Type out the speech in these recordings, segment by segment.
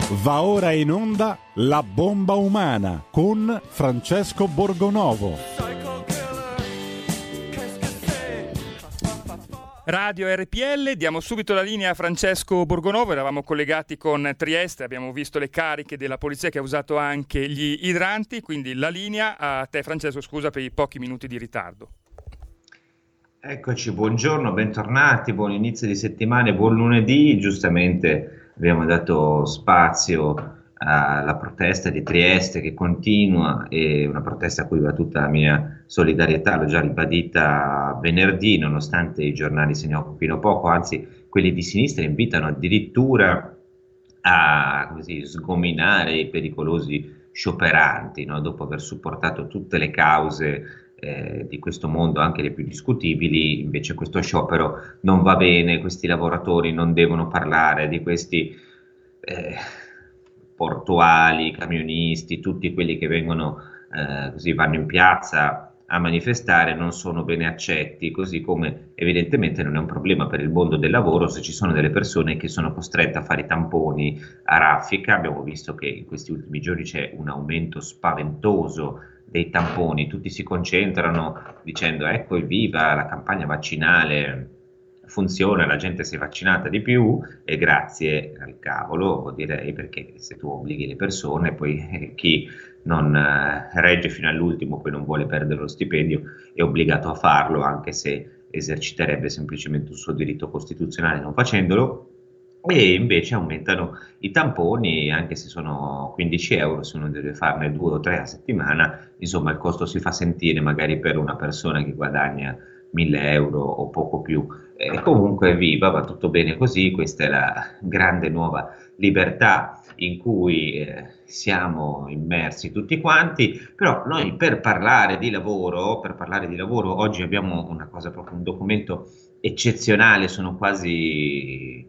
Va ora in onda La bomba umana con Francesco Borgonovo. Radio RPL, diamo subito la linea a Francesco Borgonovo. Eravamo collegati con Trieste, abbiamo visto le cariche della polizia che ha usato anche gli idranti, quindi la linea a te Francesco, scusa per i pochi minuti di ritardo. Eccoci, buongiorno, bentornati, buon inizio di settimana e buon lunedì. Giustamente abbiamo dato spazio alla protesta di Trieste che continua, e una protesta a cui va tutta la mia solidarietà, l'ho già ribadita venerdì, nonostante i giornali se ne occupino poco, anzi quelli di sinistra invitano addirittura a sgominare i pericolosi scioperanti, no? Dopo aver supportato tutte le cause di questo mondo, anche le più discutibili. Invece questo sciopero non va bene, questi lavoratori non devono parlare di questi portuali, camionisti, tutti quelli che vengono vanno in piazza a manifestare, non sono bene accetti, così come evidentemente non è un problema per il mondo del lavoro se ci sono delle persone che sono costrette a fare i tamponi a raffica. Abbiamo visto che in questi ultimi giorni c'è un aumento spaventoso dei tamponi, tutti si concentrano dicendo ecco evviva la campagna vaccinale funziona, la gente si è vaccinata di più, e grazie al cavolo direi, perché se tu obblighi le persone, poi chi non regge fino all'ultimo, poi non vuole perdere lo stipendio, è obbligato a farlo anche se eserciterebbe semplicemente un suo diritto costituzionale non facendolo. E invece aumentano i tamponi, anche se sono 15 euro, se uno deve farne 2 o 3 a settimana, insomma il costo si fa sentire magari per una persona che guadagna 1.000 euro o poco più. Comunque viva, va tutto bene così, questa è la grande nuova libertà in cui siamo immersi tutti quanti. Però noi per parlare di lavoro, oggi abbiamo una cosa, proprio un documento eccezionale, sono quasi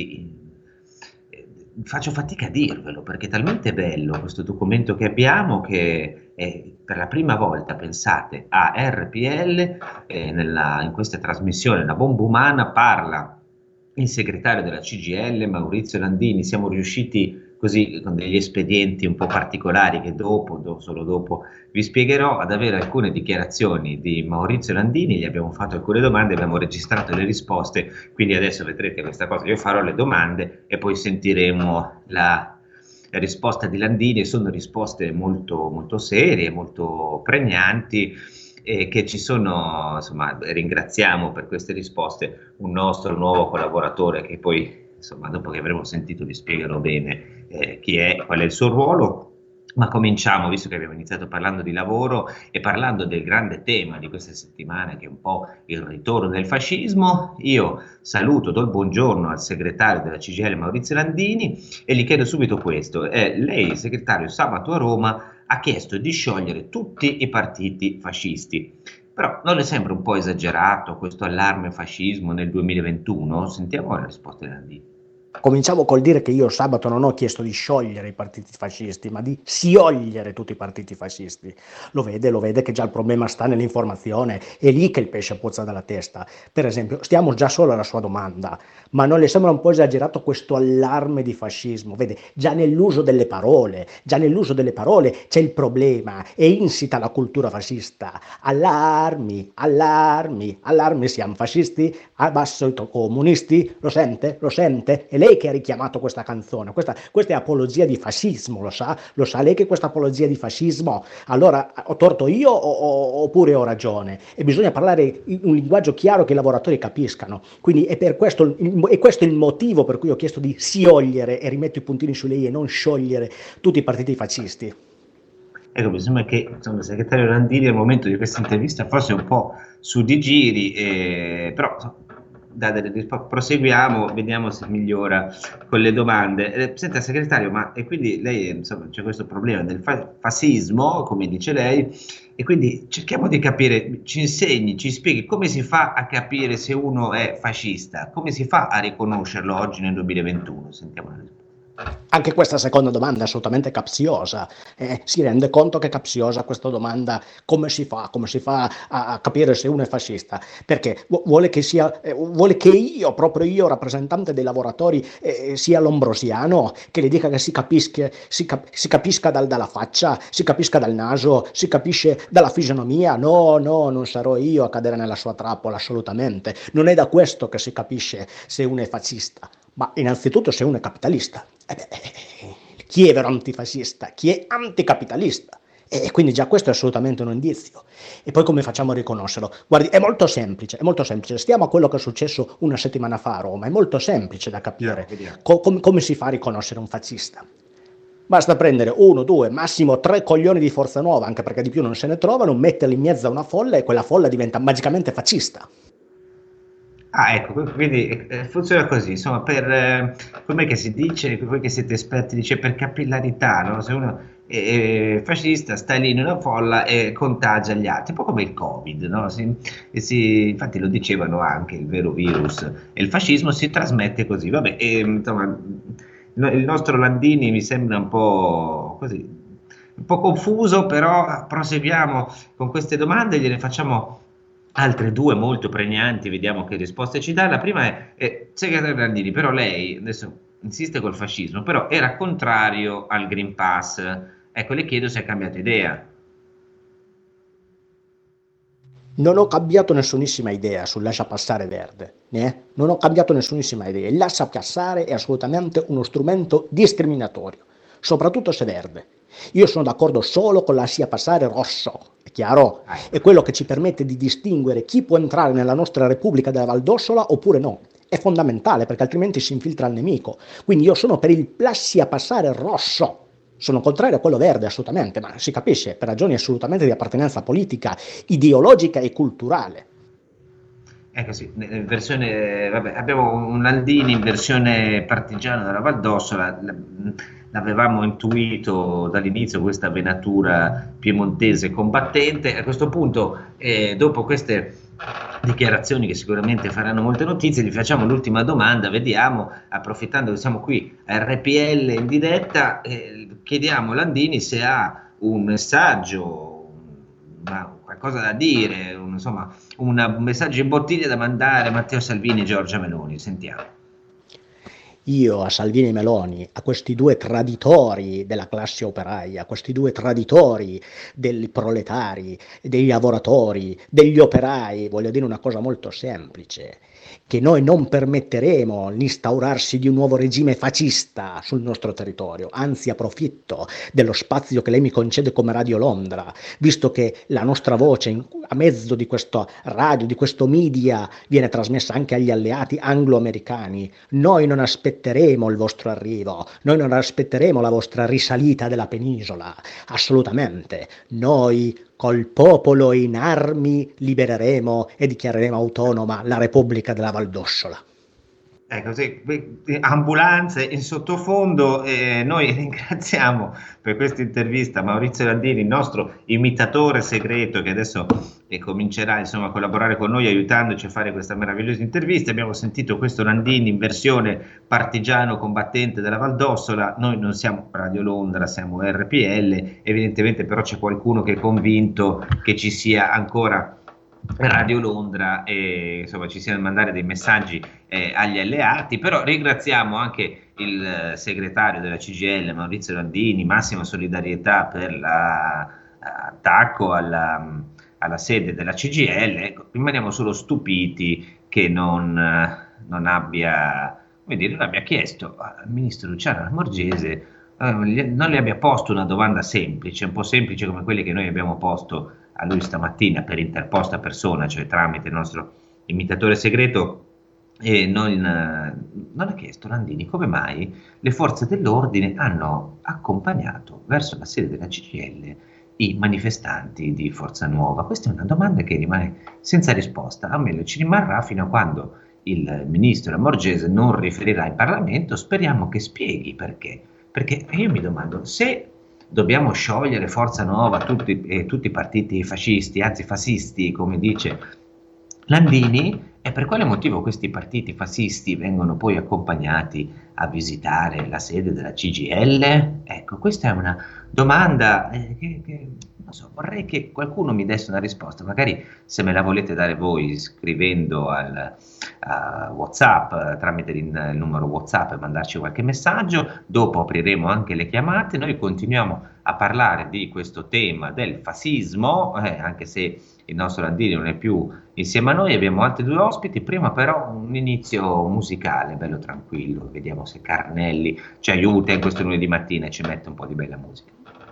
faccio fatica a dirvelo perché è talmente bello questo documento che abbiamo, che per la prima volta, pensate, a RPL in questa trasmissione La bomba umana parla il segretario della CGIL Maurizio Landini. Siamo riusciti così, con degli espedienti un po' particolari che solo dopo vi spiegherò, ad avere alcune dichiarazioni di Maurizio Landini. Gli abbiamo fatto alcune domande, abbiamo registrato le risposte, quindi adesso vedrete questa cosa, io farò le domande e poi sentiremo la risposta di Landini. Sono risposte molto, molto serie, molto pregnanti, che ci sono, insomma, ringraziamo per queste risposte un nostro nuovo collaboratore che poi, insomma, dopo che avremo sentito vi spiegherò bene chi è, qual è il suo ruolo. Ma cominciamo, visto che abbiamo iniziato parlando di lavoro e parlando del grande tema di questa settimana, che è un po' il ritorno del fascismo. Io saluto, do il buongiorno al segretario della CGIL Maurizio Landini e gli chiedo subito questo. Lei, segretario, sabato a Roma ha chiesto di sciogliere tutti i partiti fascisti, però non le sembra un po' esagerato questo allarme fascismo nel 2021? Sentiamo la risposta di Landini. Cominciamo col dire che io sabato non ho chiesto di sciogliere i partiti fascisti, ma di sciogliere tutti i partiti fascisti. Lo vede che già il problema sta nell'informazione, è lì che il pesce puzza dalla testa. Per esempio, stiamo già solo alla sua domanda, ma non le sembra un po' esagerato questo allarme di fascismo? Vede, già nell'uso delle parole c'è il problema, è insita la cultura fascista. Allarmi, siamo fascisti? Abbasso i comunisti? Lo sente? È lei che ha richiamato questa canzone, questa è apologia di fascismo, lo sa lei che questa apologia di fascismo? Allora ho torto io oppure ho ragione? E bisogna parlare in un linguaggio chiaro che i lavoratori capiscano, quindi è questo il motivo per cui ho chiesto di sciogliere, e rimetto i puntini su lei, e non sciogliere tutti i partiti fascisti. Ecco, mi sembra che il segretario Landini al momento di questa intervista forse è un po' su di giri, però proseguiamo, vediamo se migliora con le domande. Senta segretario, ma e quindi lei, insomma, c'è questo problema del fascismo, come dice lei, e quindi cerchiamo di capire, ci insegni, ci spieghi come si fa a capire se uno è fascista, come si fa a riconoscerlo oggi nel 2021? Sentiamo la risposta. Anche questa seconda domanda è assolutamente capziosa. Si rende conto che è capziosa questa domanda? Come si fa? Come si fa a capire se uno è fascista? Perché vuole che sia, vuole che io, proprio io, rappresentante dei lavoratori, sia lombrosiano, che le dica che si capisca dalla faccia, si capisca dal naso, si capisce dalla fisionomia. No, no, non sarò io a cadere nella sua trappola, assolutamente. Non è da questo che si capisce se uno è fascista, ma innanzitutto se uno è capitalista. Chi è vero antifascista? Chi è anticapitalista? E quindi già questo è assolutamente un indizio. E poi come facciamo a riconoscerlo? Guardi, è molto semplice, è molto semplice. Stiamo a quello che è successo una settimana fa a Roma, è molto semplice da capire. Come si fa a riconoscere un fascista? Basta prendere 1, 2, massimo 3 coglioni di Forza Nuova, anche perché di più non se ne trovano, metterli in mezzo a una folla e quella folla diventa magicamente fascista. Ah, ecco, quindi funziona così, insomma, come che si dice, voi che siete esperti, dice per capillarità, no? Se uno è fascista sta lì in una folla e contagia gli altri, un po' come il Covid, no? Infatti lo dicevano anche, il vero virus, e il fascismo si trasmette così, vabbè, insomma, il nostro Landini mi sembra un po' così, un po' confuso, però proseguiamo con queste domande, gliene facciamo altre due molto pregnanti, vediamo che risposte ci dà. La prima è segretario Landini, però lei adesso insiste col fascismo, però era contrario al Green Pass. Ecco, le chiedo se ha cambiato idea. Non ho cambiato nessunissima idea sul lascia passare verde, non ho cambiato nessunissima idea. Il lascia passare è assolutamente uno strumento discriminatorio, soprattutto se verde. Io sono d'accordo solo con lascia passare rosso, è chiaro? È quello che ci permette di distinguere chi può entrare nella nostra Repubblica della Val d'Ossola oppure no. È fondamentale perché altrimenti si infiltra il nemico. Quindi io sono per il lascia passare rosso. Sono contrario a quello verde assolutamente, ma si capisce, per ragioni assolutamente di appartenenza politica, ideologica e culturale. Ecco sì, versione, vabbè, abbiamo un Landini in versione partigiano della Val d'Ossola, l'avevamo intuito dall'inizio questa venatura piemontese combattente. A questo punto, dopo queste dichiarazioni che sicuramente faranno molte notizie, gli facciamo l'ultima domanda, vediamo, approfittando che siamo qui a RPL in diretta, chiediamo a Landini se ha un messaggio, qualcosa da dire, un messaggio in bottiglia da mandare a Matteo Salvini e Giorgia Meloni. Sentiamo. Io a Salvini e Meloni, a questi due traditori della classe operaia, a questi due traditori dei proletari, dei lavoratori, degli operai, voglio dire una cosa molto semplice, che noi non permetteremo l'instaurarsi di un nuovo regime fascista sul nostro territorio, anzi approfitto dello spazio che lei mi concede come Radio Londra, visto che la nostra voce a mezzo di questo radio, di questo media, viene trasmessa anche agli alleati anglo-americani. Noi non aspetteremo il vostro arrivo, noi non aspetteremo la vostra risalita della penisola, assolutamente. Noi col popolo in armi libereremo e dichiareremo autonoma la Repubblica della Val d'Ossola. Ecco, sì, ambulanze in sottofondo, noi ringraziamo per questa intervista Maurizio Landini, il nostro imitatore segreto che adesso comincerà insomma a collaborare con noi aiutandoci a fare questa meravigliosa intervista. Abbiamo sentito questo Landini in versione partigiano combattente della Val d'Ossola. Noi non siamo Radio Londra, siamo RPL, evidentemente però c'è qualcuno che è convinto che ci sia ancora Radio Londra e insomma ci siano mandare dei messaggi agli alleati, però ringraziamo anche il segretario della CGIL Maurizio Landini, massima solidarietà per l'attacco alla sede della CGIL. Ecco, rimaniamo solo stupiti che non abbia chiesto al ministro Luciano Lamorgese, non le abbia posto una domanda semplice, un po' semplice come quelle che noi abbiamo posto a lui stamattina per interposta persona, cioè tramite il nostro imitatore segreto, e non ha chiesto Landini come mai le forze dell'ordine hanno accompagnato verso la sede della CGIL i manifestanti di Forza Nuova. Questa è una domanda che rimane senza risposta, almeno ci rimarrà fino a quando il ministro Lamorgese non riferirà in Parlamento. Speriamo che spieghi perché io mi domando, se dobbiamo sciogliere Forza Nuova, tutti i partiti fascisti, anzi fascisti, come dice Landini, E per quale motivo questi partiti fascisti vengono poi accompagnati a visitare la sede della CGIL? Ecco, questa è una domanda che non so, vorrei che qualcuno mi desse una risposta, magari se me la volete dare voi scrivendo a WhatsApp, tramite il numero WhatsApp, e mandarci qualche messaggio. Dopo apriremo anche le chiamate. Noi continuiamo a parlare di questo tema del fascismo, anche se il nostro Landini non è più insieme a noi. Abbiamo altri due ospiti, prima però un inizio musicale bello tranquillo, vediamo se Carnelli ci aiuta in questo lunedì mattina e ci mette un po' di bella musica.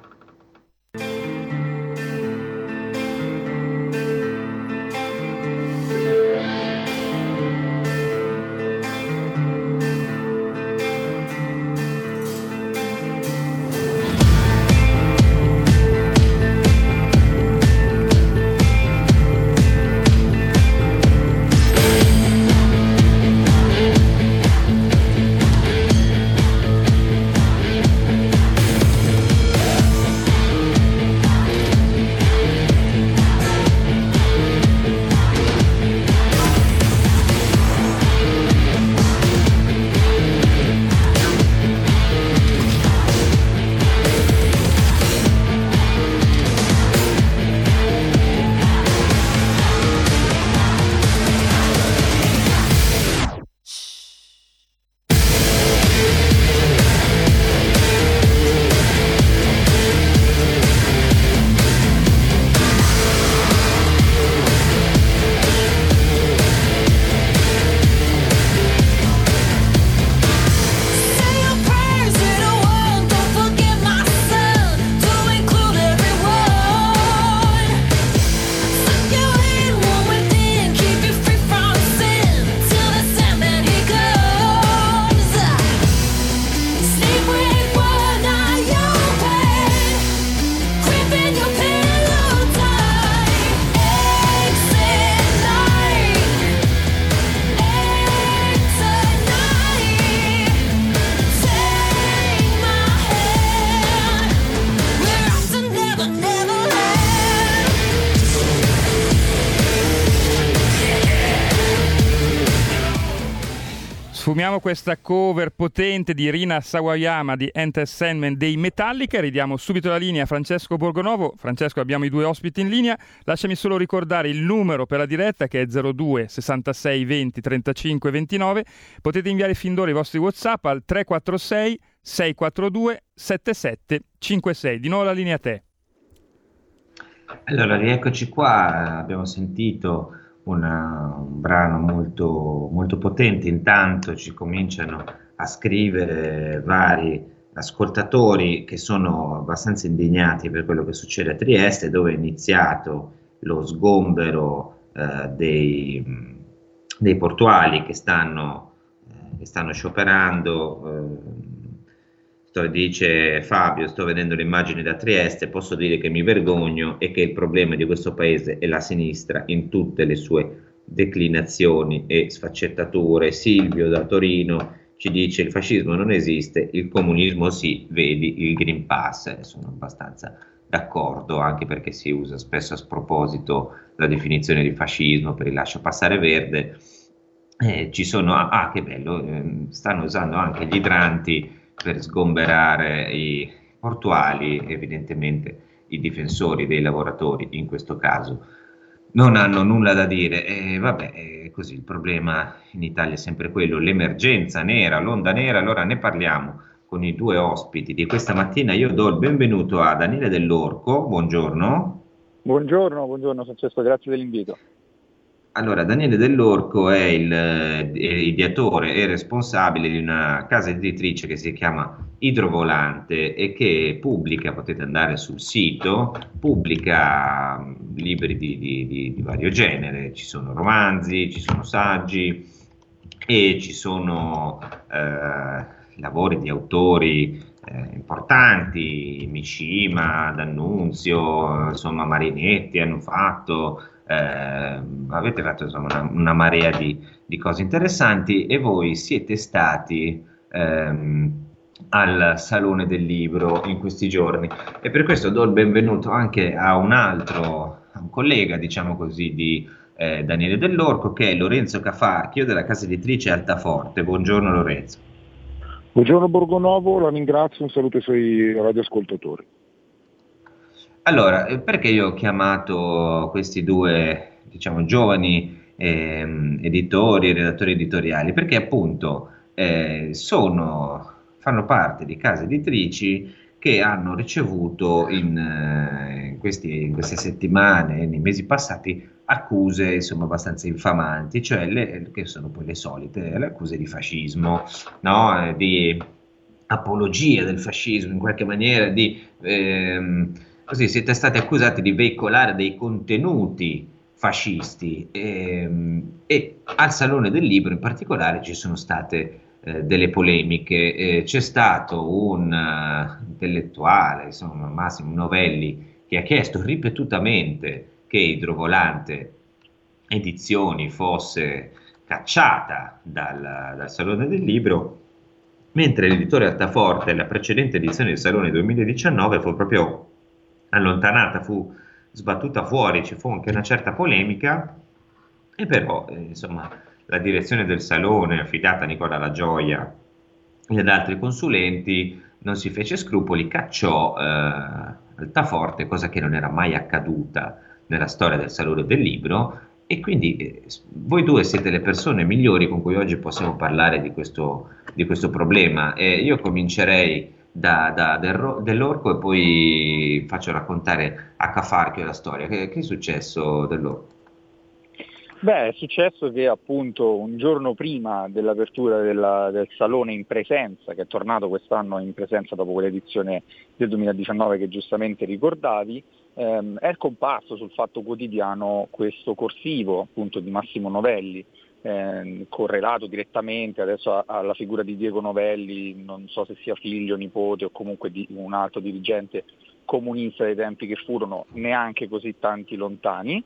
Sfumiamo questa cover potente di Rina Sawayama di Enter Sandman dei Metallica. Ridiamo subito la linea a Francesco Borgonovo. Francesco, abbiamo i due ospiti in linea. Lasciami solo ricordare il numero per la diretta, che è 02 66 20 35 29. Potete inviare fin d'ora i vostri WhatsApp al 346 642 7756. Di nuovo la linea a te. Allora, rieccoci qua. Abbiamo sentito un brano molto, molto potente. Intanto ci cominciano a scrivere vari ascoltatori che sono abbastanza indignati per quello che succede a Trieste, dove è iniziato lo sgombero dei portuali che stanno scioperando. Dice Fabio, sto vedendo le immagini da Trieste, posso dire che mi vergogno e che il problema di questo paese è la sinistra in tutte le sue declinazioni e sfaccettature. Silvio da Torino ci dice: il fascismo non esiste, il comunismo sì, vedi il Green Pass. Sono abbastanza d'accordo, anche perché si usa spesso a sproposito la definizione di fascismo per il lascia passare verde. Ci sono, che bello, stanno usando anche gli idranti per sgomberare i portuali. Evidentemente i difensori dei lavoratori in questo caso non hanno nulla da dire, e vabbè, così il problema in Italia è sempre quello, l'emergenza nera, l'onda nera. Allora ne parliamo con i due ospiti di questa mattina. Io do il benvenuto a Daniele Dell'Orco. Buongiorno. Buongiorno Francesco, grazie dell'invito. Allora, Daniele Dell'Orco è il ideatore e responsabile di una casa editrice che si chiama Idrovolante e che pubblica, potete andare sul sito, pubblica libri di vario genere. Ci sono romanzi, ci sono saggi e ci sono lavori di autori importanti, Mishima, D'Annunzio, insomma Marinetti hanno fatto. Avete fatto insomma una marea di cose interessanti, e voi siete stati al Salone del Libro in questi giorni, e per questo do il benvenuto anche a un collega, diciamo così, di Daniele Dell'Orco, che è Lorenzo Cafarchio della casa editrice Altaforte. Buongiorno Lorenzo. Buongiorno Borgonovo, la ringrazio, un saluto ai suoi radioascoltatori. Allora, perché io ho chiamato questi due, diciamo, giovani editori e redattori editoriali? Perché appunto fanno parte di case editrici che hanno ricevuto in queste settimane, nei mesi passati, accuse insomma abbastanza infamanti, cioè che sono poi le solite, le accuse di fascismo, no? Di apologia del fascismo in qualche maniera, così siete stati accusati di veicolare dei contenuti fascisti e al Salone del Libro in particolare ci sono state delle polemiche. C'è stato un intellettuale, insomma Massimo Novelli, che ha chiesto ripetutamente che Idrovolante Edizioni fosse cacciata dal Salone del Libro, mentre l'editore Altaforte, la precedente edizione del Salone 2019, fu proprio allontanata, fu sbattuta fuori, ci fu anche una certa polemica, e però insomma la direzione del Salone, affidata a Nicola La Gioia e ad altri consulenti, non si fece scrupoli, cacciò Altaforte, cosa che non era mai accaduta nella storia del Salone del Libro, e quindi voi due siete le persone migliori con cui oggi possiamo parlare di questo problema. Io comincerei Dell'Orco e poi faccio raccontare a Cafarchio la storia. Che è successo Dell'Orco? Beh, è successo che appunto un giorno prima dell'apertura del Salone in presenza, che è tornato quest'anno in presenza dopo quell'edizione del 2019 che giustamente ricordavi, è comparso sul Fatto Quotidiano questo corsivo appunto di Massimo Novelli, correlato direttamente adesso alla figura di Diego Novelli, non so se sia figlio, nipote o comunque di un alto dirigente comunista dei tempi che furono neanche così tanti lontani.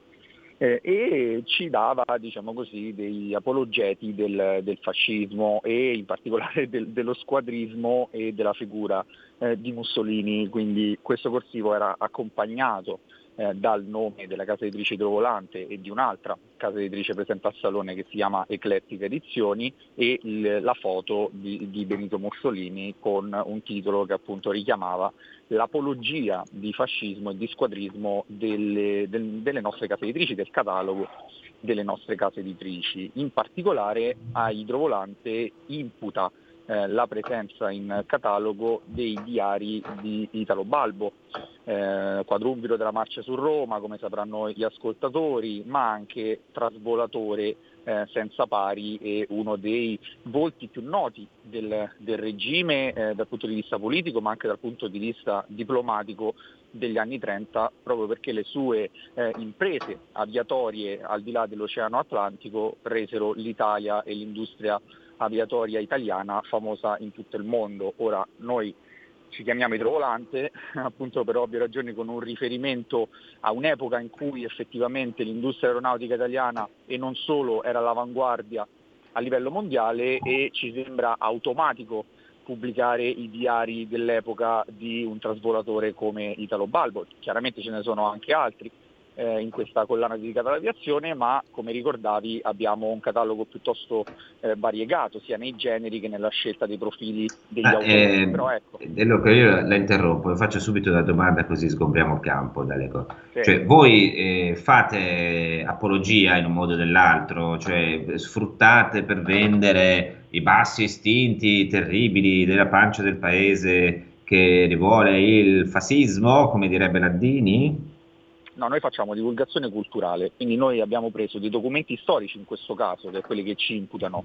E ci dava, diciamo così, degli apologeti del fascismo e in particolare dello squadrismo e della figura di Mussolini, quindi questo corsivo era accompagnato dal nome della casa editrice Idrovolante e di un'altra casa editrice presente al Salone che si chiama Eclettica Edizioni e la foto di Benito Mussolini con un titolo che appunto richiamava l'apologia di fascismo e di squadrismo delle nostre case editrici, del catalogo delle nostre case editrici. In particolare a Idrovolante imputa la presenza in catalogo dei diari di Italo Balbo, Quadrumviro della Marcia su Roma, come sapranno gli ascoltatori, ma anche Trasvolatore senza pari e uno dei volti più noti del regime dal punto di vista politico ma anche dal punto di vista diplomatico degli anni 30, proprio perché le sue imprese aviatorie al di là dell'Oceano Atlantico resero l'Italia e l'industria aviatoria italiana famosa in tutto il mondo. Ora noi ci chiamiamo Idrovolante appunto per ovvie ragioni con un riferimento a un'epoca in cui effettivamente l'industria aeronautica italiana e non solo era all'avanguardia a livello mondiale e ci sembra automatico pubblicare i diari dell'epoca di un trasvolatore come Italo Balbo. Chiaramente ce ne sono anche altri in questa collana dedicata all'aviazione, ma come ricordavi abbiamo un catalogo piuttosto variegato sia nei generi che nella scelta dei profili degli autori. Però ecco. Io la interrompo e faccio subito una domanda così sgombriamo il campo dalle cose. Sì. Cioè, voi fate apologia in un modo o nell'altro, cioè sfruttate per vendere i bassi istinti terribili della pancia del paese che rivuole il fascismo, come direbbe Landini? No, noi facciamo divulgazione culturale, quindi noi abbiamo preso dei documenti storici in questo caso, che è quelli che ci imputano,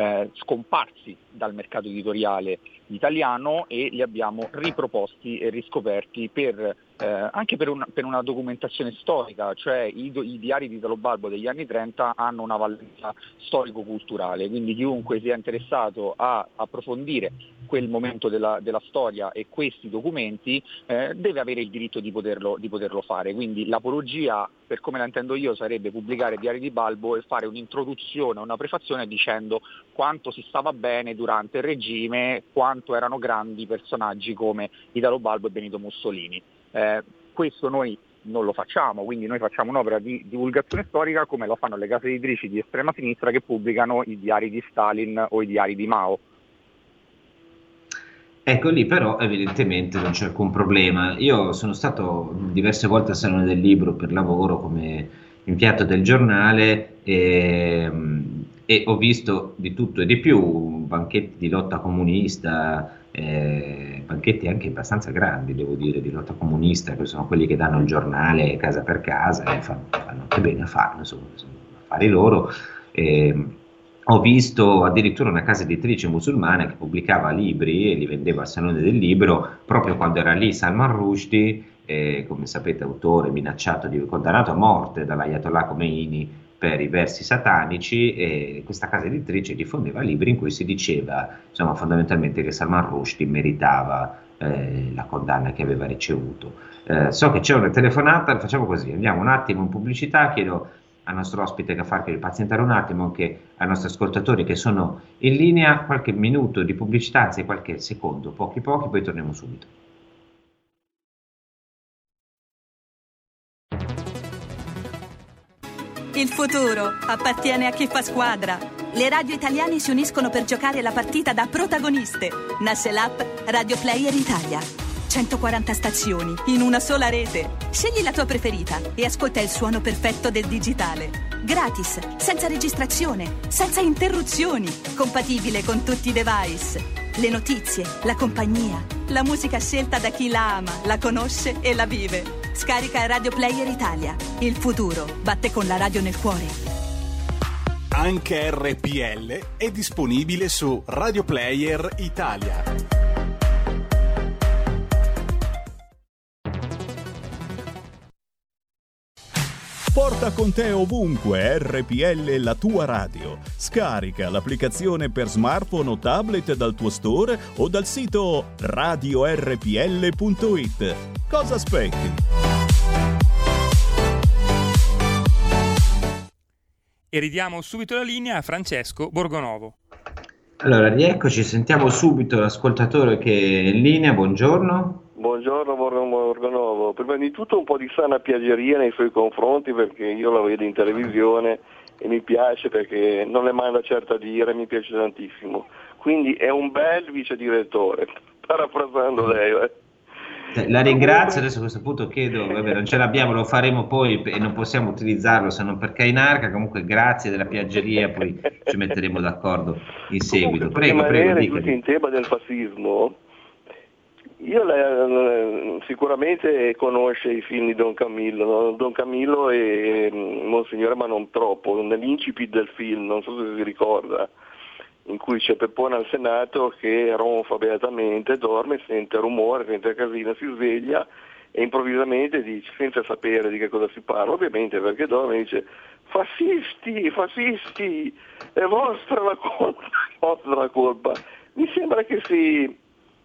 scomparsi dal mercato editoriale italiano e li abbiamo riproposti e riscoperti anche per una documentazione storica, cioè i diari di Italo Balbo degli anni 30 hanno una valenza storico-culturale, quindi chiunque sia interessato a approfondire quel momento della storia e questi documenti deve avere il diritto di poterlo fare. Quindi l'apologia, per come la intendo io, sarebbe pubblicare diari di Balbo e fare un'introduzione, una prefazione dicendo quanto si stava bene durante il regime, quanto erano grandi personaggi come Italo Balbo e Benito Mussolini. Questo noi non lo facciamo, quindi noi facciamo un'opera di divulgazione storica come lo fanno le case editrici di estrema sinistra che pubblicano i diari di Stalin o i diari di Mao. Ecco, lì però evidentemente non c'è alcun problema. Io sono stato diverse volte al Salone del Libro per lavoro come inviato del giornale e ho visto di tutto e di più, banchetti di lotta comunista, banchetti anche abbastanza grandi, devo dire, di lotta comunista, che sono quelli che danno il giornale casa per casa e fanno anche bene a farlo, insomma, sono affari loro. Ho visto addirittura una casa editrice musulmana che pubblicava libri e li vendeva al Salone del Libro proprio quando era lì Salman Rushdie, come sapete autore minacciato di condannato a morte dall'Ayatollah Khomeini per i versi satanici, e questa casa editrice diffondeva libri in cui si diceva insomma fondamentalmente che Salman Rushdie meritava la condanna che aveva ricevuto. So che c'è una telefonata, facciamo così, andiamo un attimo in pubblicità, chiedo al nostro ospite Cafarchi di pazientare un attimo, anche ai nostri ascoltatori che sono in linea, qualche minuto di pubblicità, anzi qualche secondo, pochi, poi torniamo subito. Il futuro appartiene a chi fa squadra. Le radio italiane si uniscono per giocare la partita da protagoniste. Nasce l'app Radio Player Italia. 140 stazioni in una sola rete. Scegli la tua preferita e ascolta il suono perfetto del digitale. Gratis, senza registrazione, senza interruzioni, compatibile con tutti i device. Le notizie, la compagnia, la musica scelta da chi la ama, la conosce e la vive. Scarica Radio Player Italia. Il futuro batte con la radio nel cuore. Anche RPL è disponibile su Radio Player Italia. Porta con te ovunque RPL, la tua radio. Scarica l'applicazione per smartphone o tablet dal tuo store o dal sito radiorpl.it. Cosa aspetti? E ridiamo subito la linea a Francesco Borgonovo. Allora, rieccoci, sentiamo subito l'ascoltatore che è in linea, buongiorno. Buongiorno Borgonovo, prima di tutto un po' di sana piaggeria nei suoi confronti perché io la vedo in televisione e mi piace perché non le manda certo a dire, mi piace tantissimo, quindi è un bel vice direttore, parafrasando lei. La ringrazio, adesso a questo punto chiedo, vabbè non ce l'abbiamo, lo faremo poi e non possiamo utilizzarlo se non per Cainarca, comunque grazie della piaggeria, poi ci metteremo d'accordo in seguito. Prego, giusto in tema del fascismo. Sicuramente conosce i film di Don Camillo, no? Don Camillo e Monsignore ma non troppo, nell'incipit del film, non so se si ricorda, in cui c'è Peppone al Senato che ronfa beatamente, dorme, sente rumore, sente casino, si sveglia e improvvisamente dice, senza sapere di che cosa si parla, ovviamente perché dorme, dice fascisti, è vostra la colpa. Mi sembra che si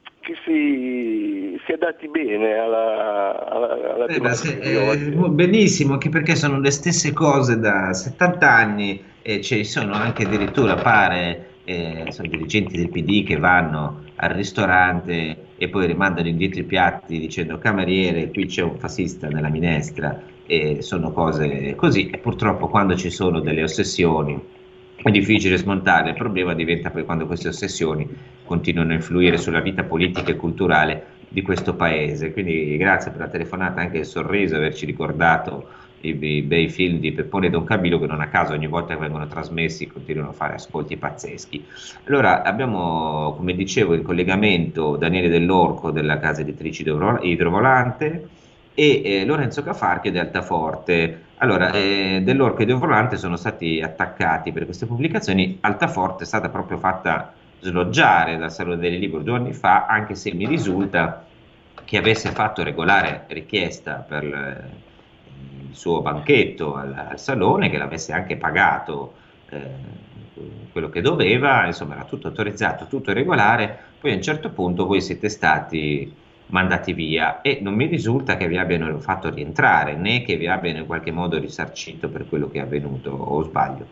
adatti bene alla benissimo, anche perché sono le stesse cose da 70 anni e ci sono anche addirittura sono dirigenti del PD che vanno al ristorante e poi rimandano indietro i piatti dicendo cameriere qui c'è un fascista nella minestra, e sono cose così, e purtroppo quando ci sono delle ossessioni è difficile smontarle. Il problema diventa poi quando queste ossessioni continuano a influire sulla vita politica e culturale di questo paese. Quindi grazie per la telefonata, anche il sorriso, averci ricordato i bei film di Peppone e Don Camillo, che non a caso ogni volta che vengono trasmessi continuano a fare ascolti pazzeschi. Allora abbiamo, come dicevo, in collegamento Daniele Dell'Orco della casa editrice Idrovolante e Lorenzo Cafarchi di Altaforte. Allora, Dell'Orco e Idrovolante sono stati attaccati per queste pubblicazioni. Altaforte è stata proprio fatta sloggiare dal Salone del Libro 2 anni fa, anche se mi risulta che avesse fatto regolare richiesta per il suo banchetto al Salone, che l'avesse anche pagato quello che doveva, insomma era tutto autorizzato, tutto regolare. Poi a un certo punto voi siete stati mandati via e non mi risulta che vi abbiano fatto rientrare, né che vi abbiano in qualche modo risarcito per quello che è avvenuto, o sbaglio?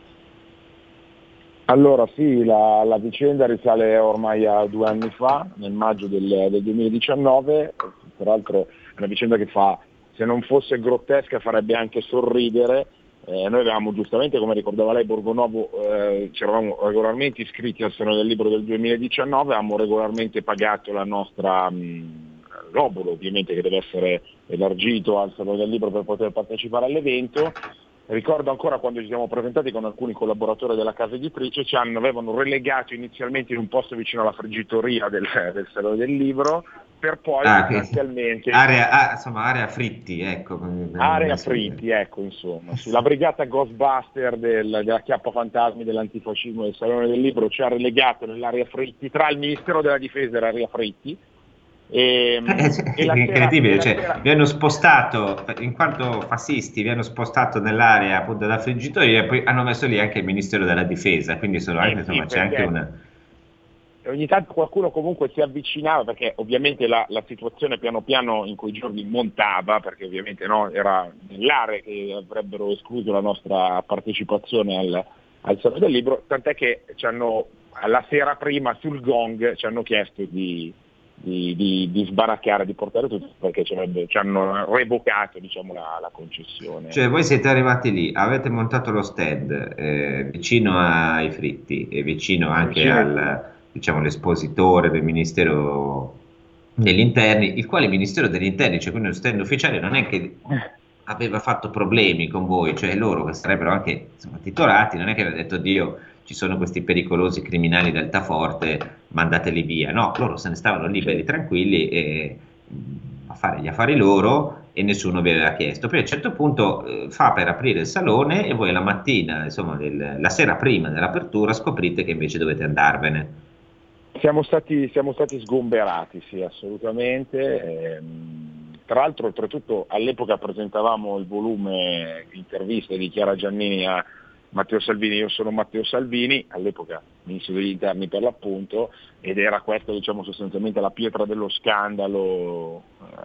Allora sì, la vicenda risale ormai a 2 anni fa, nel maggio del 2019, peraltro è una vicenda che fa se non fosse grottesca farebbe anche sorridere. Noi avevamo giustamente, come ricordava lei, Borgonovo, ci eravamo regolarmente iscritti al Salone del Libro del 2019, avevamo regolarmente pagato la nostra l'obolo, ovviamente, che deve essere elargito al Salone del Libro per poter partecipare all'evento. Ricordo ancora quando ci siamo presentati con alcuni collaboratori della casa editrice, avevano relegato inizialmente in un posto vicino alla friggitoria del Salone del Libro, per poi sostanzialmente area fritti, ecco. Area fritti, ecco, insomma. Sì, la brigata Ghostbuster della Chiappa Fantasmi dell'antifascismo del Salone del Libro ci ha relegato nell'area fritti, tra il Ministero della Difesa e l'area fritti. È incredibile, vi hanno spostato, in quanto fascisti, vi hanno spostato nell'area appunto della friggitoria e poi hanno messo lì anche il Ministero della Difesa, quindi sono anche, insomma, c'è anche una... Ogni tanto qualcuno comunque si avvicinava, perché ovviamente la situazione piano piano in quei giorni montava, perché ovviamente era nell'area che avrebbero escluso la nostra partecipazione al Salone del Libro, tant'è che la sera prima sul gong ci hanno chiesto di sbaraccare, di portare tutto, perché ci hanno revocato, diciamo, la concessione. Cioè voi siete arrivati lì, avete montato lo stand vicino ai fritti e vicino anche al, diciamo, l'espositore del Ministero degli Interni, il quale Ministero degli Interni, cioè quindi lo stand ufficiale, non è che aveva fatto problemi con voi, cioè loro che sarebbero anche, insomma, titolati, non è che aveva detto Dio ci sono questi pericolosi criminali d'Altaforte, mandateli via. No, loro se ne stavano liberi, tranquilli, a fare gli affari loro, e nessuno vi aveva chiesto. Poi a un certo punto fa per aprire il salone e voi la mattina, insomma, la sera prima dell'apertura, scoprite che invece dovete andarvene. Siamo stati sgomberati, sì, assolutamente. Tra l'altro, oltretutto, all'epoca presentavamo il volume interviste di Chiara Giannini a Matteo Salvini. Io sono Matteo Salvini, all'epoca Ministro degli Interni per l'appunto, ed era questa, diciamo, sostanzialmente la pietra dello scandalo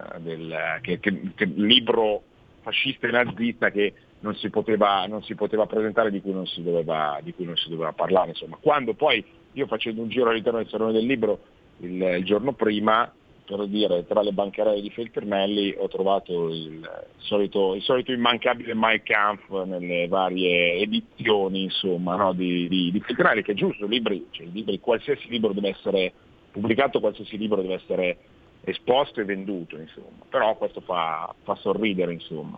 che libro fascista e nazista che non si poteva presentare, di cui non si doveva parlare, insomma. Quando poi io, facendo un giro all'interno del Salone del Libro il giorno prima, per dire, tra le bancarelle di Feltrinelli, ho trovato il solito immancabile Mein Kampf nelle varie edizioni, insomma, no, di Feltrinelli, che è giusto, qualsiasi libro deve essere pubblicato, qualsiasi libro deve essere esposto e venduto, insomma. Però questo fa sorridere, insomma.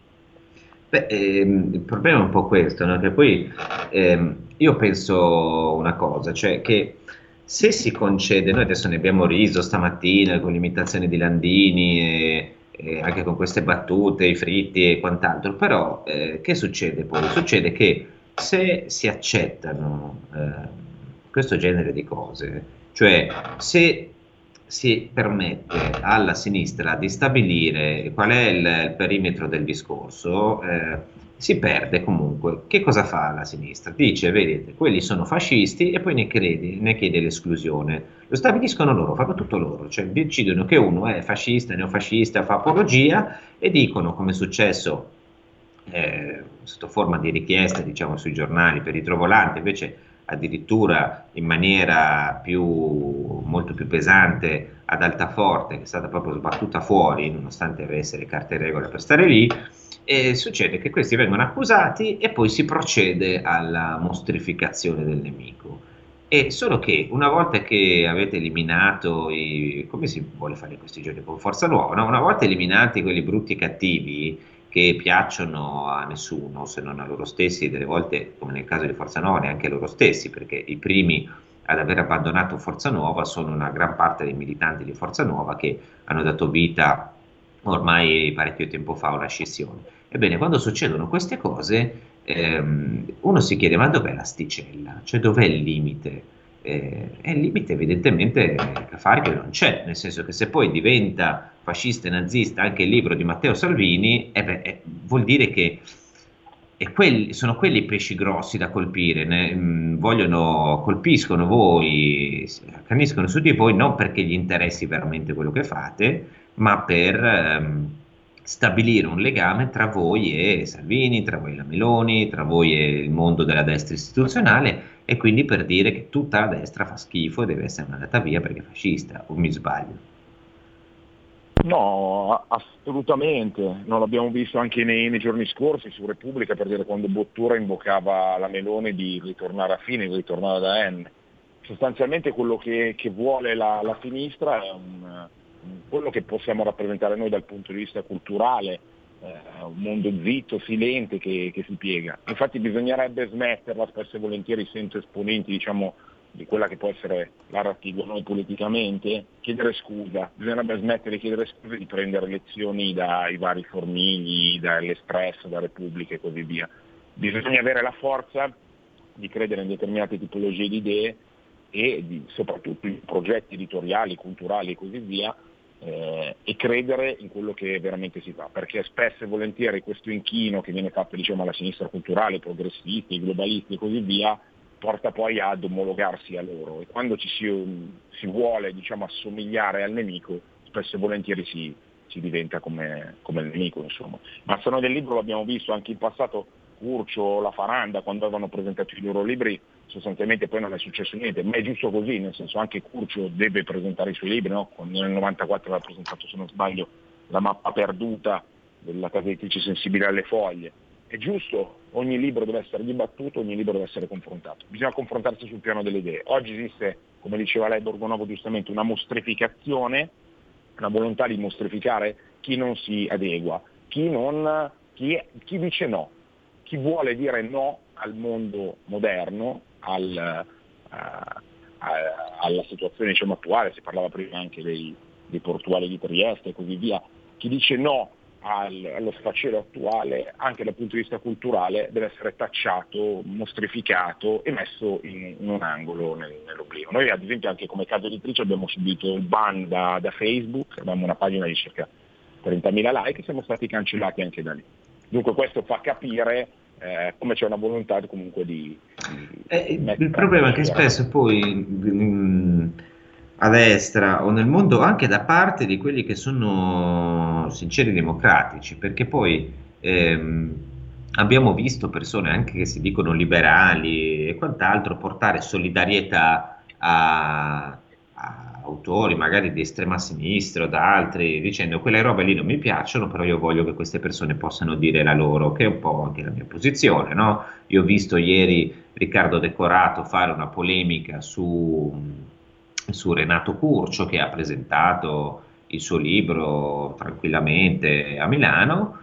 Il problema è un po' questo, no? Che poi io penso una cosa, cioè che se si concede, noi adesso ne abbiamo riso stamattina con l'imitazione di Landini e anche con queste battute, i fritti e quant'altro, però che succede poi? Succede che se si accettano questo genere di cose, cioè se si permette alla sinistra di stabilire qual è il perimetro del discorso, si perde comunque. Che cosa fa la sinistra? Dice, vedete, quelli sono fascisti, e poi ne chiede l'esclusione. Lo stabiliscono loro, fanno tutto loro, cioè decidono che uno è fascista, neofascista, fa apologia, e dicono, come è successo sotto forma di richiesta, diciamo, sui giornali per i trovolanti, invece addirittura in maniera molto più pesante ad Altaforte, che è stata proprio sbattuta fuori nonostante avesse le carte in regola per stare lì. E succede che questi vengono accusati e poi si procede alla mostrificazione del nemico. E solo che una volta che avete eliminato come si vuole fare in questi giorni con Forza Nuova, no? Una volta eliminati quelli brutti e cattivi che piacciono a nessuno se non a loro stessi, e delle volte, come nel caso di Forza Nuova, neanche a loro stessi, perché i primi ad aver abbandonato Forza Nuova sono una gran parte dei militanti di Forza Nuova che hanno dato vita ormai parecchio tempo fa a una scissione. Ebbene, quando succedono queste cose, uno si chiede: ma dov'è l'asticella? Cioè, dov'è il limite? E il limite evidentemente Cafarchio non c'è, nel senso che se poi diventa fascista e nazista anche il libro di Matteo Salvini, vuol dire che sono quelli i pesci grossi da colpire, colpiscono voi, accaniscono su di voi, non perché gli interessi veramente quello che fate, ma per stabilire un legame tra voi e Salvini, tra voi e la Meloni, tra voi e il mondo della destra istituzionale, e quindi per dire che tutta la destra fa schifo e deve essere mandata via perché è fascista. O mi sbaglio? No, assolutamente, non l'abbiamo visto anche nei giorni scorsi su Repubblica, per dire, quando Bottura invocava la Meloni di ritornare a fine, di ritornare da N. Sostanzialmente quello che vuole la sinistra è quello che possiamo rappresentare noi dal punto di vista culturale, un mondo zitto, silente, che si piega. Infatti bisognerebbe smetterla, spesso e volentieri sento esponenti, diciamo, di quella che può essere la rattigo noi politicamente, chiedere scusa, bisognerebbe smettere di chiedere scuse, di prendere lezioni dai vari Formigli, dall'Espresso, da Repubblica e così via. Bisogna avere la forza di credere in determinate tipologie di idee e soprattutto in progetti editoriali, culturali e così via, e credere in quello che veramente si fa, perché spesso e volentieri questo inchino che viene fatto, diciamo, alla sinistra culturale, i progressisti, i globalisti e così via, porta poi ad omologarsi a loro, e quando ci si vuole, diciamo, assomigliare al nemico, spesso e volentieri si diventa come il nemico, insomma. Ma se noi del libro l'abbiamo visto anche in passato, Curcio, La Faranda, quando avevano presentato i loro libri, sostanzialmente poi non è successo niente, ma è giusto così, nel senso anche Curcio deve presentare i suoi libri, no? Nel 94 aveva presentato, se non sbaglio, La mappa perduta della casa editrice Sensibile alle Foglie. È giusto, ogni libro deve essere dibattuto, ogni libro deve essere confrontato, bisogna confrontarsi sul piano delle idee. Oggi esiste, come diceva lei Borgonovo giustamente, una mostrificazione, una volontà di mostrificare chi non si adegua, chi dice no, chi vuole dire no al mondo moderno, alla situazione, diciamo, attuale. Si parlava prima anche dei portuali di Trieste e così via. Chi dice no allo sfacelo attuale, anche dal punto di vista culturale, deve essere tacciato, mostrificato e messo in un angolo nell'oblio. Noi ad esempio anche come casa editrice abbiamo subito il ban da Facebook, abbiamo una pagina di circa 30.000 like e siamo stati cancellati anche da lì. Dunque questo fa capire come c'è una volontà comunque di il problema è che spesso poi a destra o nel mondo, anche da parte di quelli che sono sinceri democratici, perché poi abbiamo visto persone anche che si dicono liberali e quant'altro portare solidarietà a autori magari di estrema sinistra o da altri, dicendo quelle robe lì non mi piacciono, però io voglio che queste persone possano dire la loro, che è un po' anche la mia posizione, no? Io ho visto ieri Riccardo Decorato fare una polemica su Renato Curcio, che ha presentato il suo libro tranquillamente a Milano,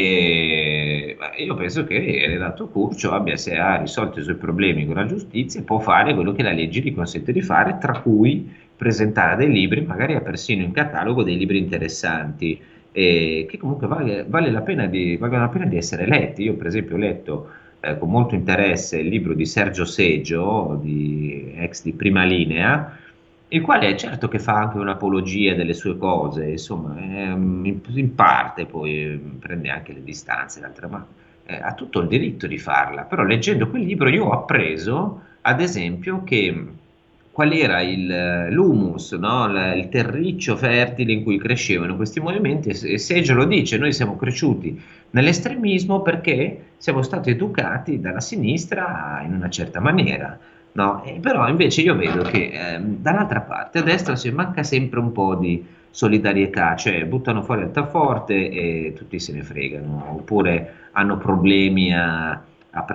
e io penso che Renato Curcio se ha risolto i suoi problemi con la giustizia, può fare quello che la legge gli consente di fare, tra cui presentare dei libri, magari ha persino in catalogo dei libri interessanti, che comunque valgono la pena di essere letti. Io per esempio ho letto con molto interesse il libro di Sergio Seggio, ex di Prima Linea, il quale è certo che fa anche un'apologia delle sue cose, insomma, in parte poi prende anche le distanze, d'altra mano ha tutto il diritto di farla, però leggendo quel libro io ho appreso, ad esempio, qual era l'humus, no? Il terriccio fertile in cui crescevano questi movimenti, e Seggio lo dice: noi siamo cresciuti nell'estremismo perché siamo stati educati dalla sinistra in una certa maniera. No, però invece io vedo che dall'altra parte, a destra, si manca sempre un po' di solidarietà, cioè buttano fuori Altaforte e tutti se ne fregano, oppure hanno problemi a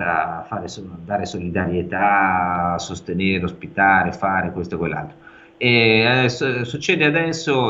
dare solidarietà, a sostenere, ospitare, fare questo e quell'altro. E succede adesso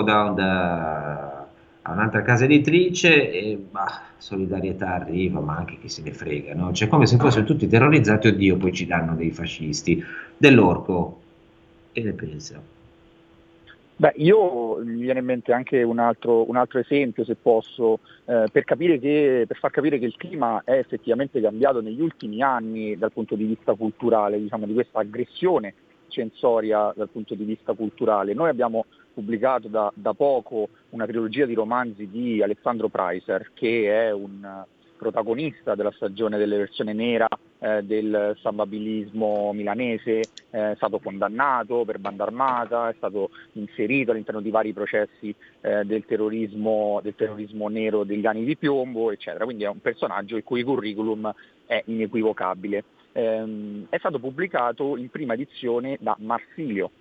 a un'altra casa editrice e solidarietà arriva, ma anche chi se ne frega, no? Cioè come se fossero tutti terrorizzati, oddio, poi ci danno dei fascisti. Dell'Orco, che ne pensa? Beh, mi viene in mente anche un altro esempio, se posso, per far capire che il clima è effettivamente cambiato negli ultimi anni dal punto di vista culturale, diciamo, di questa aggressione censoria dal punto di vista culturale. Noi abbiamo pubblicato da poco una trilogia di romanzi di Alessandro Preiser, che è un protagonista della stagione delle versioni nera del sambabilismo milanese, è stato condannato per banda armata, è stato inserito all'interno di vari processi del terrorismo nero degli anni di piombo, eccetera. Quindi è un personaggio il cui curriculum è inequivocabile. È stato pubblicato in prima edizione da Marsilio,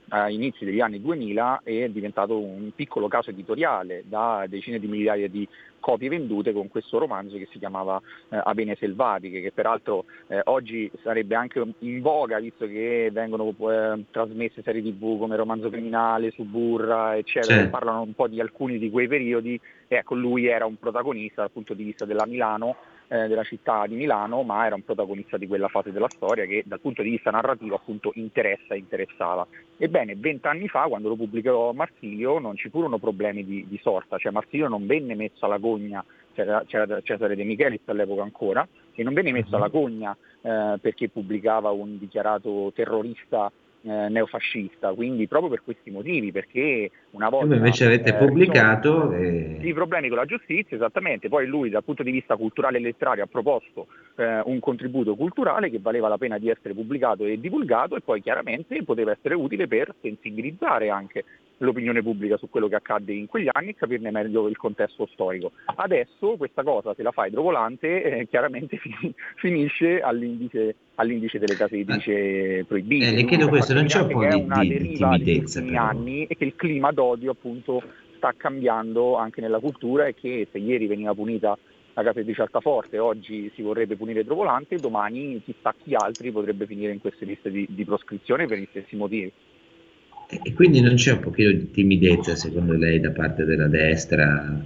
a inizi degli anni 2000 è diventato un piccolo caso editoriale da decine di migliaia di copie vendute con questo romanzo che si chiamava Avene Selvatiche, che peraltro oggi sarebbe anche in voga, visto che vengono trasmesse serie TV come Romanzo Criminale, Suburra, eccetera, che parlano un po' di alcuni di quei periodi. Ecco, lui era un protagonista dal punto di vista della Milano, della città di Milano, ma era un protagonista di quella fase della storia che dal punto di vista narrativo appunto interessava. Ebbene, 20 anni fa, quando lo pubblicò Marsilio, non ci furono problemi di sorta, cioè Marsilio non venne messo alla gogna, c'era Cesare De Michelis all'epoca ancora, e non venne messo alla gogna perché pubblicava un dichiarato terrorista neofascista, quindi proprio per questi motivi, perché una volta invece avete pubblicato i problemi con la giustizia, esattamente. Poi lui dal punto di vista culturale e letterario ha proposto un contributo culturale che valeva la pena di essere pubblicato e divulgato, e poi chiaramente poteva essere utile per sensibilizzare anche l'opinione pubblica su quello che accadde in quegli anni e capirne meglio il contesto storico. Adesso questa cosa, se la fa idrovolante, chiaramente finisce all'indice delle case editrici proibite. Le chiedo questo, non c'è un po' di deriva degli timidezza ultimi anni, e che il clima d'odio appunto sta cambiando anche nella cultura, e che se ieri veniva punita la casa editrice Altaforte, oggi si vorrebbe punire Idrovolante, domani chissà chi altri potrebbe finire in queste liste di proscrizione per gli stessi motivi. E quindi non c'è un pochino di timidezza secondo lei da parte della destra,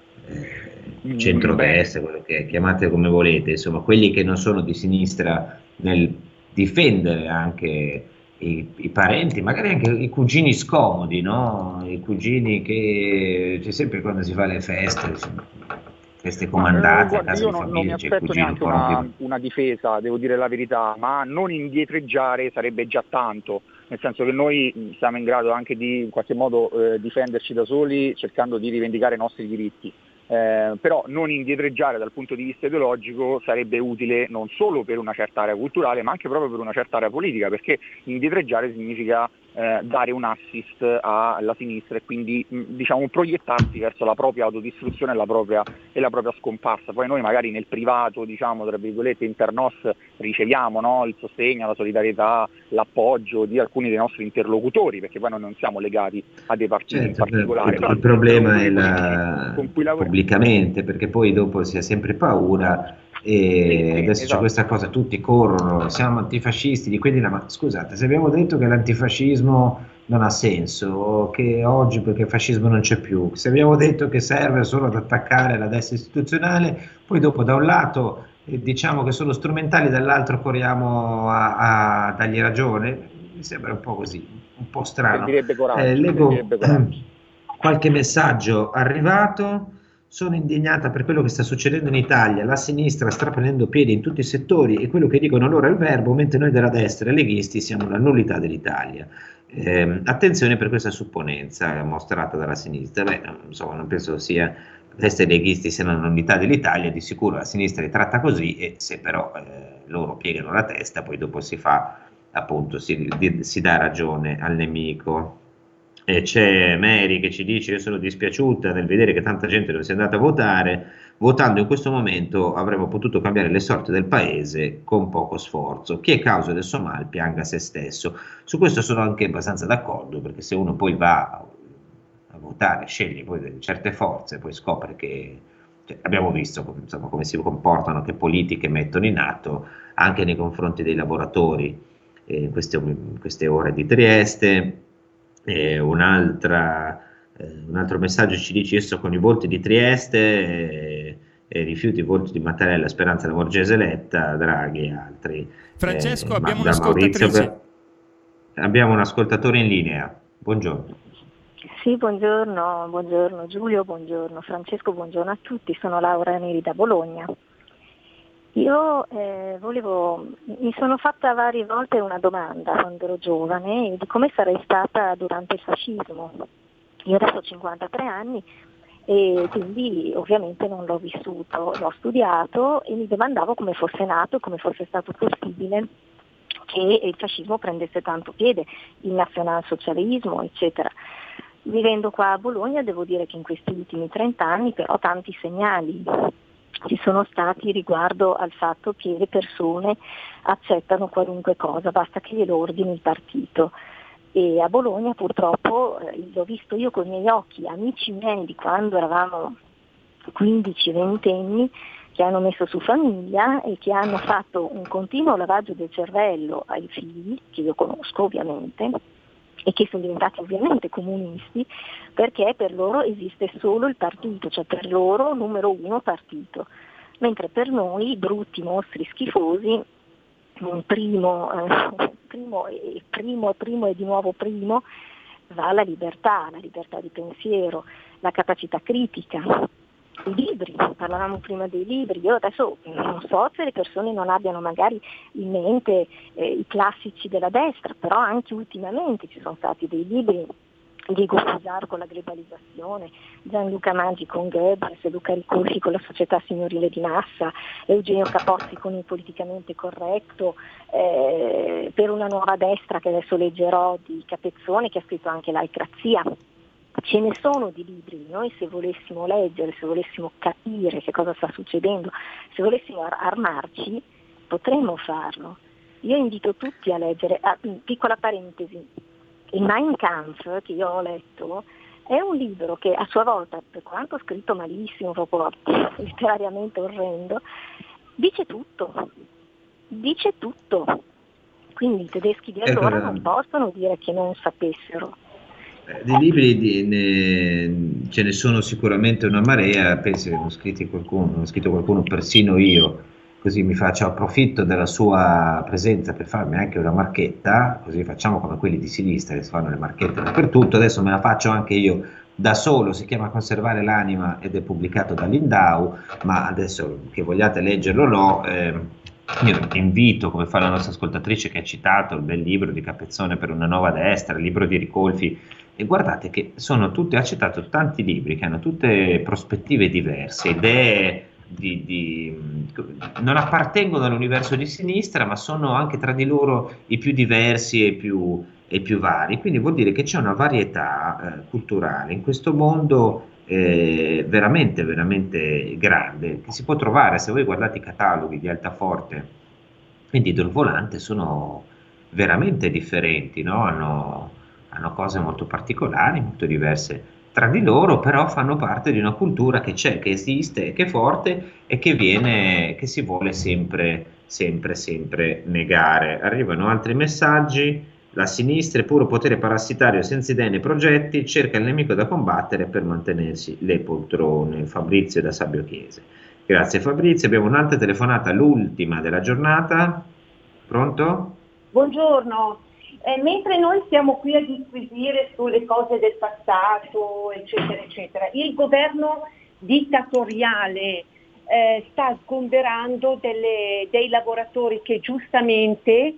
centrodestra, quello che chiamate come volete, insomma quelli che non sono di sinistra, nel difendere anche i parenti, magari anche i cugini scomodi, no? I cugini che c'è sempre quando si fa le feste comandate a casa io di famiglia, non mi aspetto neanche una difesa, devo dire la verità, ma non indietreggiare sarebbe già tanto, nel senso che noi siamo in grado anche di in qualche modo difenderci da soli, cercando di rivendicare i nostri diritti. Però non indietreggiare dal punto di vista ideologico sarebbe utile non solo per una certa area culturale, ma anche proprio per una certa area politica, perché indietreggiare significa dare un assist alla sinistra e quindi diciamo proiettarsi verso la propria autodistruzione e la propria scomparsa. Poi noi magari nel privato, diciamo tra virgolette internos, riceviamo, no, il sostegno, la solidarietà, l'appoggio di alcuni dei nostri interlocutori, perché poi noi non siamo legati a dei partiti in particolare. Il problema è pubblicamente, perché poi dopo si ha sempre paura. E adesso c'è questa cosa, tutti corrono, siamo antifascisti di quelli là, ma scusate, se abbiamo detto che l'antifascismo non ha senso, che oggi perché il fascismo non c'è più, se abbiamo detto che serve solo ad attaccare la destra istituzionale, poi dopo da un lato diciamo che sono strumentali, dall'altro corriamo a dargli ragione, mi sembra un po' così, un po' strano. Leggo qualche messaggio arrivato. Sono indignata per quello che sta succedendo in Italia, la sinistra sta prendendo piede in tutti i settori e quello che dicono loro è il verbo, mentre noi della destra e leghisti siamo la nullità dell'Italia. Attenzione per questa supponenza mostrata dalla sinistra. Insomma, non penso sia destra e leghisti siano la nullità dell'Italia, di sicuro la sinistra li tratta così, e se però loro piegano la testa poi dopo si fa, appunto, si dà ragione al nemico. E c'è Mary che ci dice: io sono dispiaciuta nel vedere che tanta gente non sia andata a votare, votando in questo momento avremmo potuto cambiare le sorti del paese con poco sforzo, chi è causa del suo mal pianga se stesso. Su questo sono anche abbastanza d'accordo, perché se uno poi va a votare, sceglie poi certe forze, poi scopre che abbiamo visto insomma, come si comportano, che politiche mettono in atto anche nei confronti dei lavoratori in queste ore di Trieste. Un altro messaggio ci dice: io sto con i volti di Trieste e rifiuto i volti di Mattarella, Speranza, Lamorgese, Letta, Draghi e altri. Francesco, abbiamo un'ascoltatrice. Abbiamo un ascoltatore in linea. Buongiorno. Sì, buongiorno Giulio, buongiorno Francesco, buongiorno a tutti. Sono Laura Neri da Bologna. Io mi sono fatta varie volte una domanda quando ero giovane di come sarei stata durante il fascismo. Io adesso ho 53 anni e quindi ovviamente non l'ho vissuto, l'ho studiato e mi domandavo come fosse nato, come fosse stato possibile che il fascismo prendesse tanto piede, il nazionalsocialismo, eccetera. Vivendo qua a Bologna devo dire che in questi ultimi 30 anni però tanti segnali ci sono stati riguardo al fatto che le persone accettano qualunque cosa, basta che glielo ordini il partito. E a Bologna purtroppo l'ho visto io con i miei occhi, amici miei di quando eravamo 15-20 anni, che hanno messo su famiglia e che hanno fatto un continuo lavaggio del cervello ai figli, che io conosco ovviamente, e che sono diventati ovviamente comunisti, perché per loro esiste solo il partito, cioè per loro numero uno partito, mentre per noi brutti mostri schifosi, primo e di nuovo primo, va la libertà di pensiero, la capacità critica. I libri, parlavamo prima dei libri, io adesso non so se le persone non abbiano magari in mente i classici della destra, però anche ultimamente ci sono stati dei libri, Diego Fusaro con la globalizzazione, Gianluca Maggi con Goebbels, Luca Ricolfi con la società signorile di massa, Eugenio Capozzi con il politicamente corretto, per una nuova destra che adesso leggerò di Capezzone, che ha scritto anche L'Aicrazia. Ce ne sono di libri, noi se volessimo leggere, se volessimo capire che cosa sta succedendo, se volessimo armarci, potremmo farlo. Io invito tutti a leggere, piccola parentesi, il Mein Kampf che io ho letto è un libro che a sua volta, per quanto scritto malissimo, proprio letterariamente orrendo, dice tutto. Quindi i tedeschi di allora non possono dire che non sapessero. Dei libri ce ne sono sicuramente una marea, penso che ho scritto qualcuno, persino io, così approfitto della sua presenza per farmi anche una marchetta, così facciamo come quelli di sinistra che si fanno le marchette dappertutto, adesso me la faccio anche io da solo, si chiama Conservare l'anima ed è pubblicato da Lindau, ma adesso che vogliate leggerlo no, io invito, come fa la nostra ascoltatrice che ha citato il bel libro di Capezzone Per una nuova destra, il libro di Ricolfi, e guardate che ha citato tanti libri che hanno tutte prospettive diverse, idee non appartengono all'universo di sinistra, ma sono anche tra di loro i più diversi e più vari, quindi vuol dire che c'è una varietà culturale in questo mondo veramente, veramente grande, che si può trovare, se voi guardate i cataloghi di Altaforte e di Dorvolante, sono veramente differenti, no? Hanno cose molto particolari, molto diverse tra di loro, però fanno parte di una cultura che c'è, che esiste, che è forte e che si vuole sempre negare. Arrivano altri messaggi. La sinistra è puro potere parassitario senza idee né progetti, cerca il nemico da combattere per mantenersi le poltrone. Fabrizio da Sabbio Chiese. Grazie Fabrizio, abbiamo un'altra telefonata, l'ultima della giornata. Pronto? Buongiorno. Mentre noi siamo qui a disquisire sulle cose del passato, eccetera, eccetera, il governo dittatoriale sta sgomberando dei lavoratori che giustamente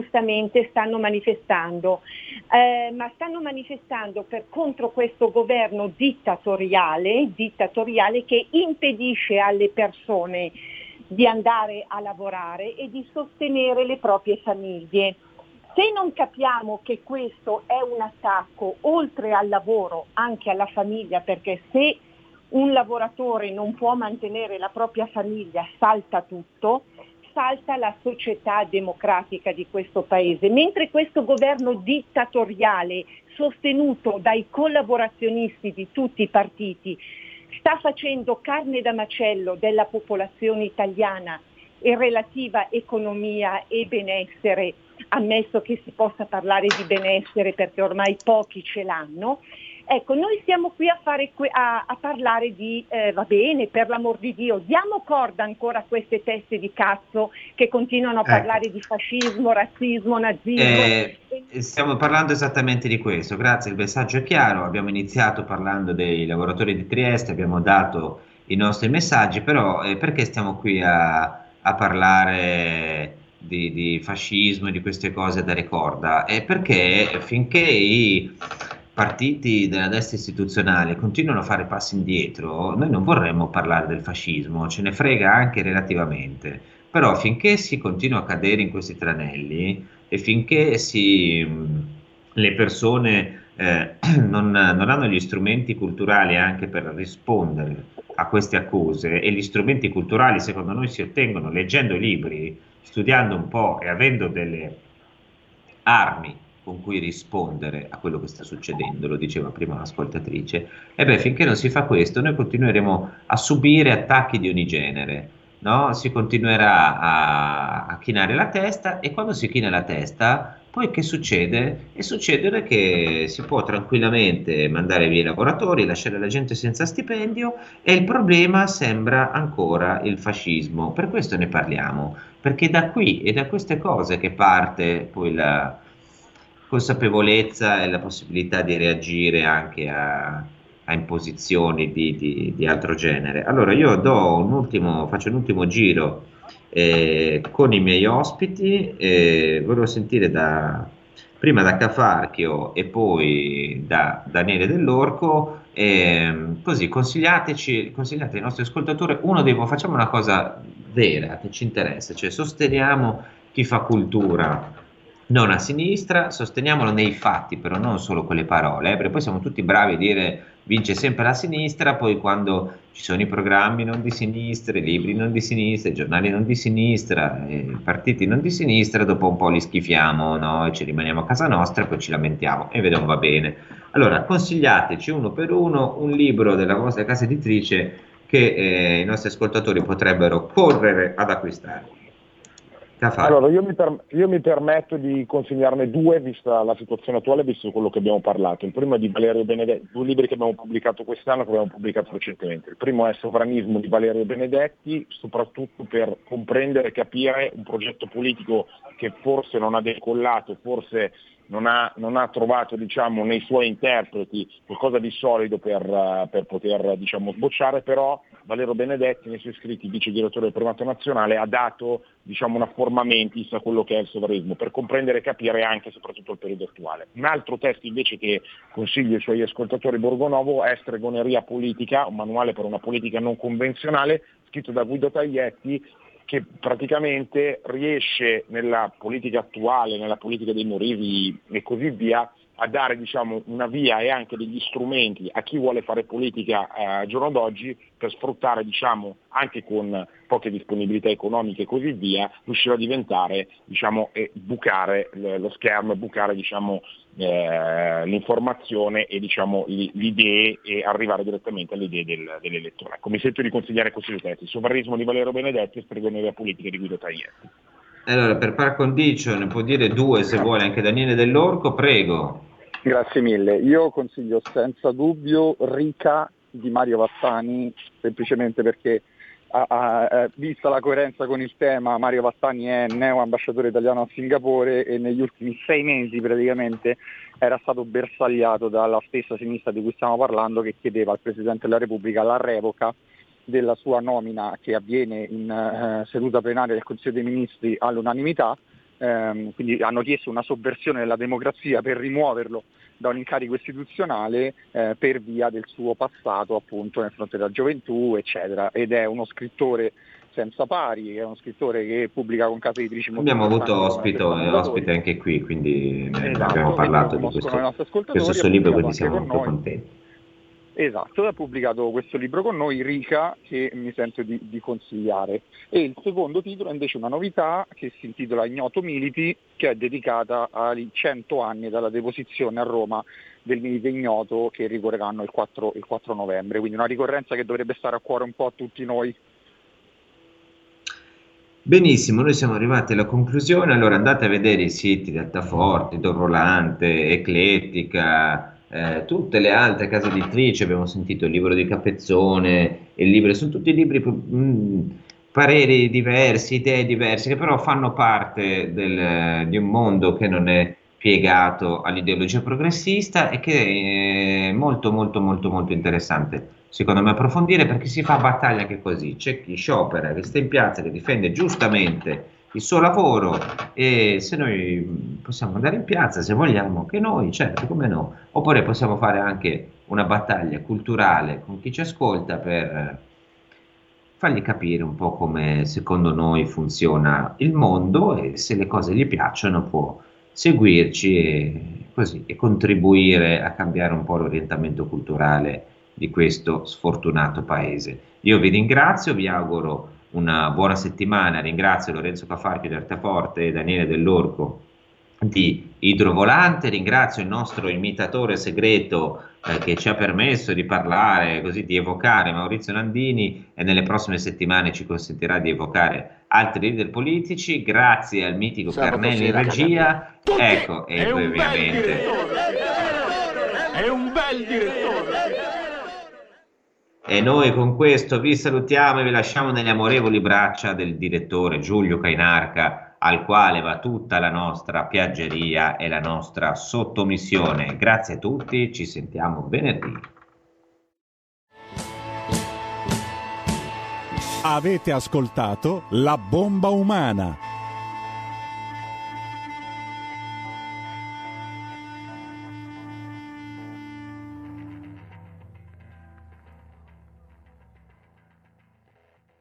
stanno manifestando, ma stanno manifestando contro questo governo dittatoriale che impedisce alle persone di andare a lavorare e di sostenere le proprie famiglie. Se non capiamo che questo è un attacco oltre al lavoro anche alla famiglia, perché se un lavoratore non può mantenere la propria famiglia salta tutto, salta la società democratica di questo paese, mentre questo governo dittatoriale sostenuto dai collaborazionisti di tutti i partiti sta facendo carne da macello della popolazione italiana e relativa economia e benessere, ammesso che si possa parlare di benessere perché ormai pochi ce l'hanno. Ecco, noi siamo qui a parlare di, va bene, per l'amor di Dio, diamo corda ancora a queste teste di cazzo che continuano a parlare di fascismo, razzismo, nazismo. Stiamo parlando esattamente di questo, grazie, il messaggio è chiaro, abbiamo iniziato parlando dei lavoratori di Trieste, abbiamo dato i nostri messaggi, però perché stiamo qui a parlare di fascismo e di queste cose da ricorda? Perché finché i partiti della destra istituzionale continuano a fare passi indietro, noi non vorremmo parlare del fascismo, ce ne frega anche relativamente, però finché si continua a cadere in questi tranelli e finché le persone non hanno gli strumenti culturali anche per rispondere a queste accuse, e gli strumenti culturali secondo noi si ottengono leggendo libri, studiando un po' e avendo delle armi con cui rispondere a quello che sta succedendo, lo diceva prima un'ascoltatrice, e beh, finché non si fa questo noi continueremo a subire attacchi di ogni genere, no? Si continuerà a chinare la testa, e quando si china la testa poi che succede? E succede che si può tranquillamente mandare via i lavoratori, lasciare la gente senza stipendio, e il problema sembra ancora il fascismo. Per questo ne parliamo, perché da qui e da queste cose che parte poi la consapevolezza e la possibilità di reagire anche a imposizioni di altro genere. Allora io faccio un ultimo giro con i miei ospiti, volevo sentire prima da Cafarchio e poi da Daniele Dell'Orco, così consigliate ai nostri ascoltatori facciamo una cosa vera che ci interessa, cioè sosteniamo chi fa cultura non a sinistra, sosteniamolo nei fatti, però non solo con le parole, perché poi siamo tutti bravi a dire vince sempre la sinistra, poi quando ci sono i programmi non di sinistra, i libri non di sinistra, i giornali non di sinistra, i partiti non di sinistra, dopo un po' li schifiamo, no? E ci rimaniamo a casa nostra e poi ci lamentiamo e non va bene. Allora consigliateci uno per uno un libro della vostra casa editrice che i nostri ascoltatori potrebbero correre ad acquistare. Allora, io mi permetto di consigliarne due, vista la situazione attuale, visto quello che abbiamo parlato. Il primo è di Valerio Benedetti, 2 libri che abbiamo pubblicato quest'anno, che abbiamo pubblicato recentemente. Il primo è Sovranismo di Valerio Benedetti, soprattutto per comprendere e capire un progetto politico che forse non ha decollato, forse non ha trovato, diciamo, nei suoi interpreti qualcosa di solido per poter, diciamo, sbocciare, però Valerio Benedetti nei suoi scritti, vice direttore del Primato Nazionale, ha dato, diciamo, una forma mentis a quello che è il sovranismo, per comprendere e capire anche e soprattutto il periodo attuale. Un altro testo invece che consiglio ai suoi ascoltatori Borgonovo è Stregoneria politica, un manuale per una politica non convenzionale, scritto da Guido Taglietti, che praticamente riesce nella politica attuale, nella politica dei Morivi e così via, a dare, diciamo, una via e anche degli strumenti a chi vuole fare politica al giorno d'oggi per sfruttare, diciamo, anche con poche disponibilità economiche e così via, riuscire a diventare, diciamo, e bucare lo schermo, bucare, diciamo, l'informazione e, diciamo, le idee, e arrivare direttamente alle idee dell'elettore. Ecco, mi sento di consigliare questi due testi: Sovranismo di Valerio Benedetti e Stregoneria politica di Guido Taglietti. Allora, per par condicio ne può dire due se vuole anche Daniele Dell'Orco, prego. Grazie mille. Io consiglio senza dubbio Rica di Mario Vattani, semplicemente perché vista la coerenza con il tema, Mario Vattani è neo ambasciatore italiano a Singapore e negli ultimi 6 mesi praticamente era stato bersagliato dalla stessa sinistra di cui stiamo parlando, che chiedeva al Presidente della Repubblica la revoca della sua nomina, che avviene in seduta plenaria del Consiglio dei Ministri all'unanimità. Quindi hanno chiesto una sovversione della democrazia per rimuoverlo da un incarico istituzionale per via del suo passato, appunto, nel fronte della gioventù, eccetera. Ed è uno scrittore senza pari, è uno scrittore che pubblica con case editrici molto importanti. Abbiamo avuto ospite anche qui, quindi abbiamo parlato di questo suo libro, quindi siamo molto contenti. Esatto, ha pubblicato questo libro con noi, Rica, che mi sento di consigliare. E il secondo titolo è invece una novità che si intitola Ignoto Militi, che è dedicata ai 100 anni dalla deposizione a Roma del milite ignoto, che ricorreranno il 4 novembre, quindi una ricorrenza che dovrebbe stare a cuore un po' a tutti noi. Benissimo, noi siamo arrivati alla conclusione. Allora andate a vedere i siti di Altaforte, Dorrolante, Eclettica, tutte le altre case editrici. Abbiamo sentito il libro di Capezzone, sono tutti libri, pareri diversi, idee diverse, che però fanno parte di un mondo che non è piegato all'ideologia progressista e che è molto molto molto molto interessante secondo me approfondire, perché si fa battaglia anche così. C'è chi sciopera, che sta in piazza, che difende giustamente il suo lavoro, e se noi possiamo andare in piazza, se vogliamo, che noi, certo, come no, oppure possiamo fare anche una battaglia culturale con chi ci ascolta per fargli capire un po' come secondo noi funziona il mondo, e se le cose gli piacciono può seguirci e contribuire a cambiare un po' l'orientamento culturale di questo sfortunato paese. Io vi ringrazio, vi auguro una buona settimana. Ringrazio Lorenzo Cafarchio di Altaforte e Daniele Dell'Orco di Idrovolante. Ringrazio il nostro imitatore segreto che ci ha permesso di parlare, così di evocare Maurizio Landini, e nelle prossime settimane ci consentirà di evocare altri leader politici. Grazie al mitico Carnelli in regia. Ecco, e poi ovviamente è un bel direttore. E noi con questo vi salutiamo e vi lasciamo nelle amorevoli braccia del direttore Giulio Cainarca, al quale va tutta la nostra piaggeria e la nostra sottomissione. Grazie a tutti, ci sentiamo venerdì. Avete ascoltato La Bomba Umana,